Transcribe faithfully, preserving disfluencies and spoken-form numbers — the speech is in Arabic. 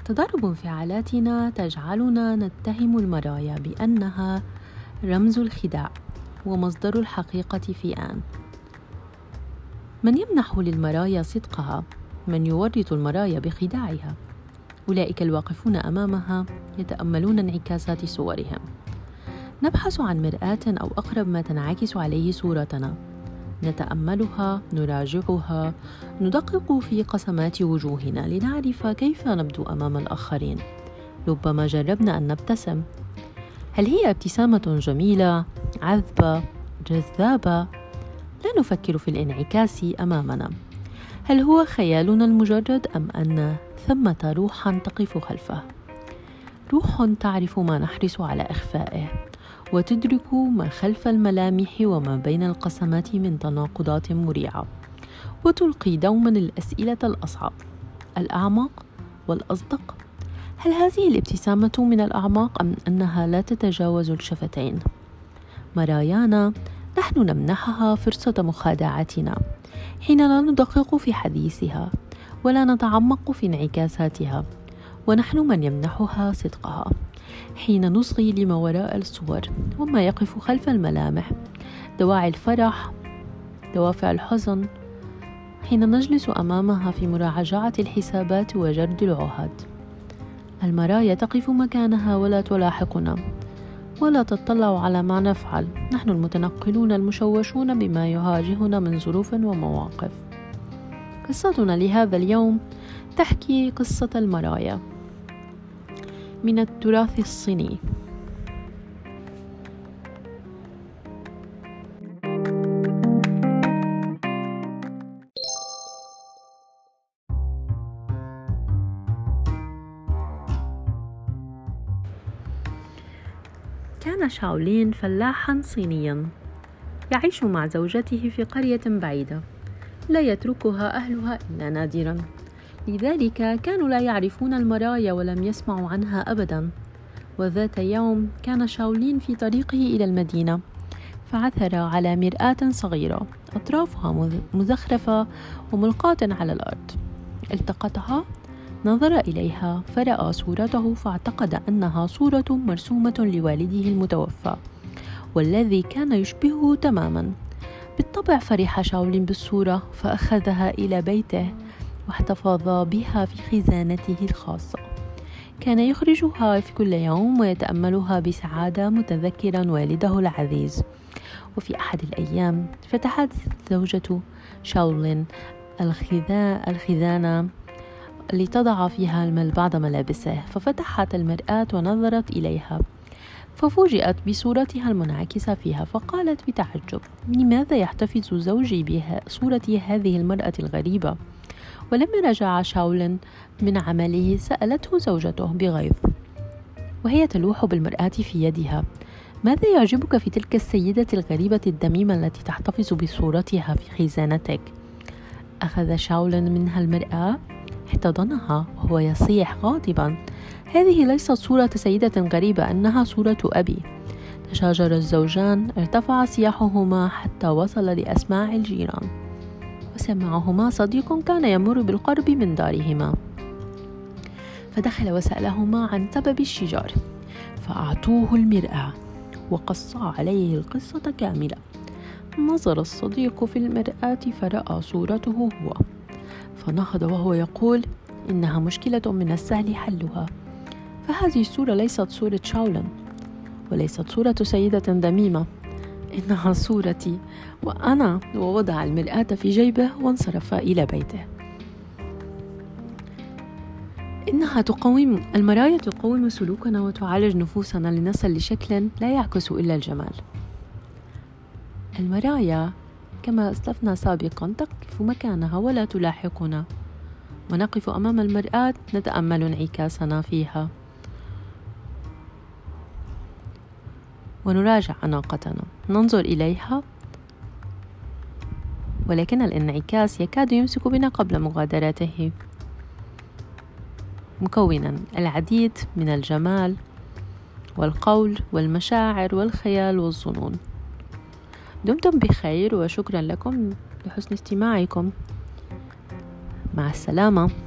تضارب انفعالاتنا تجعلنا نتهم المرايا بأنها رمز الخداع ومصدر الحقيقة في آن. من يمنح للمرايا صدقها؟ من يورط المرايا بخداعها؟ أولئك الواقفون أمامها يتأملون انعكاسات صورهم. نبحث عن مرآة أو أقرب ما تنعكس عليه صورتنا، نتأملها، نراجعها، ندقق في قسمات وجوهنا لنعرف كيف نبدو أمام الآخرين. ربما جربنا أن نبتسم. هل هي ابتسامة جميلة، عذبة، جذابة؟ لا نفكر في الانعكاس أمامنا. هل هو خيالنا المجرد أم أن ثمة روحاً تقف خلفه؟ روح تعرف ما نحرص على إخفائه، وتدرك ما خلف الملامح وما بين القسمات من تناقضات مريعة، وتلقي دوما الأسئلة الأصعب، الأعمق والأصدق. هل هذه الابتسامة من الأعماق أم أنها لا تتجاوز الشفتين؟ مرايانا نحن نمنحها فرصة مخادعتنا حين لا ندقق في حديثها ولا نتعمق في انعكاساتها، ونحن من يمنحها صدقها حين نصغي لما وراء الصور وما يقف خلف الملامح، دواعي الفرح، دوافع الحزن، حين نجلس أمامها في مراجعة الحسابات وجرد العهد. المرايا تقف مكانها ولا تلاحقنا ولا تطلع على ما نفعل. نحن المتنقلون المشوشون بما يواجهنا من ظروف ومواقف. قصتنا لهذا اليوم تحكي قصة المرايا من التراث الصيني. كان شاولين فلاحا صينيا يعيش مع زوجته في قرية بعيدة لا يتركها أهلها إلا نادرا، لذلك كانوا لا يعرفون المرايا ولم يسمعوا عنها أبدا. وذات يوم كان شاولين في طريقه إلى المدينة، فعثر على مرآة صغيرة أطرافها مزخرفة وملقاة على الأرض. التقطها، نظر إليها فرأى صورته، فاعتقد أنها صورة مرسومة لوالده المتوفى والذي كان يشبهه تماما. بالطبع فرح شاولين بالصورة، فأخذها إلى بيته واحتفظ بها في خزانته الخاصة. كان يخرجها في كل يوم ويتأملها بسعادة متذكرا والده العزيز. وفي أحد الأيام فتحت زوجة شاولين الخزانة لتضع فيها بعض ملابسه، ففتحت المرآة ونظرت إليها ففوجئت بصورتها المنعكسة فيها، فقالت بتعجب: لماذا يحتفظ زوجي بصورة هذه المرأة الغريبة؟ ولما رجع شاولين من عمله سألته زوجته بغيظ وهي تلوح بالمرآة في يدها: ماذا يعجبك في تلك السيدة الغريبة الدميمة التي تحتفظ بصورتها في خزانتك؟ أخذ شاولين منها المرآة، احتضنها وهو يصيح غاضبا: هذه ليست صورة سيدة غريبة، إنها صورة أبي. تشاجر الزوجان، ارتفع صياحهما حتى وصل لأسماع الجيران، وسمعهما صديق كان يمر بالقرب من دارهما، فدخل وسألهما عن سبب الشجار، فأعطوه المرآة وقصا عليه القصة كاملة. نظر الصديق في المرآة فرأى صورته هو، فنهض وهو يقول: إنها مشكلة من السهل حلها، فهذه الصورة ليست صورة شاولين وليست صورة سيدة دميمة، إنها صورتي وأنا. ووضع المرآة في جيبه وانصرف إلى بيته. إنها تقوم المرايا تقوم سلوكنا وتعالج نفوسنا لنصل لشكل لا يعكس إلا الجمال. المرايا كما أسلفنا سابقا تقف مكانها ولا تلاحقنا، ونقف أمام المرآة نتأمل انعكاسنا فيها ونراجع أناقتنا، ننظر إليها، ولكن الانعكاس يكاد يمسك بنا قبل مغادرته، مكونا العديد من الجمال والقول والمشاعر والخيال والظنون. دمتم بخير وشكرا لكم لحسن استماعكم. مع السلامة.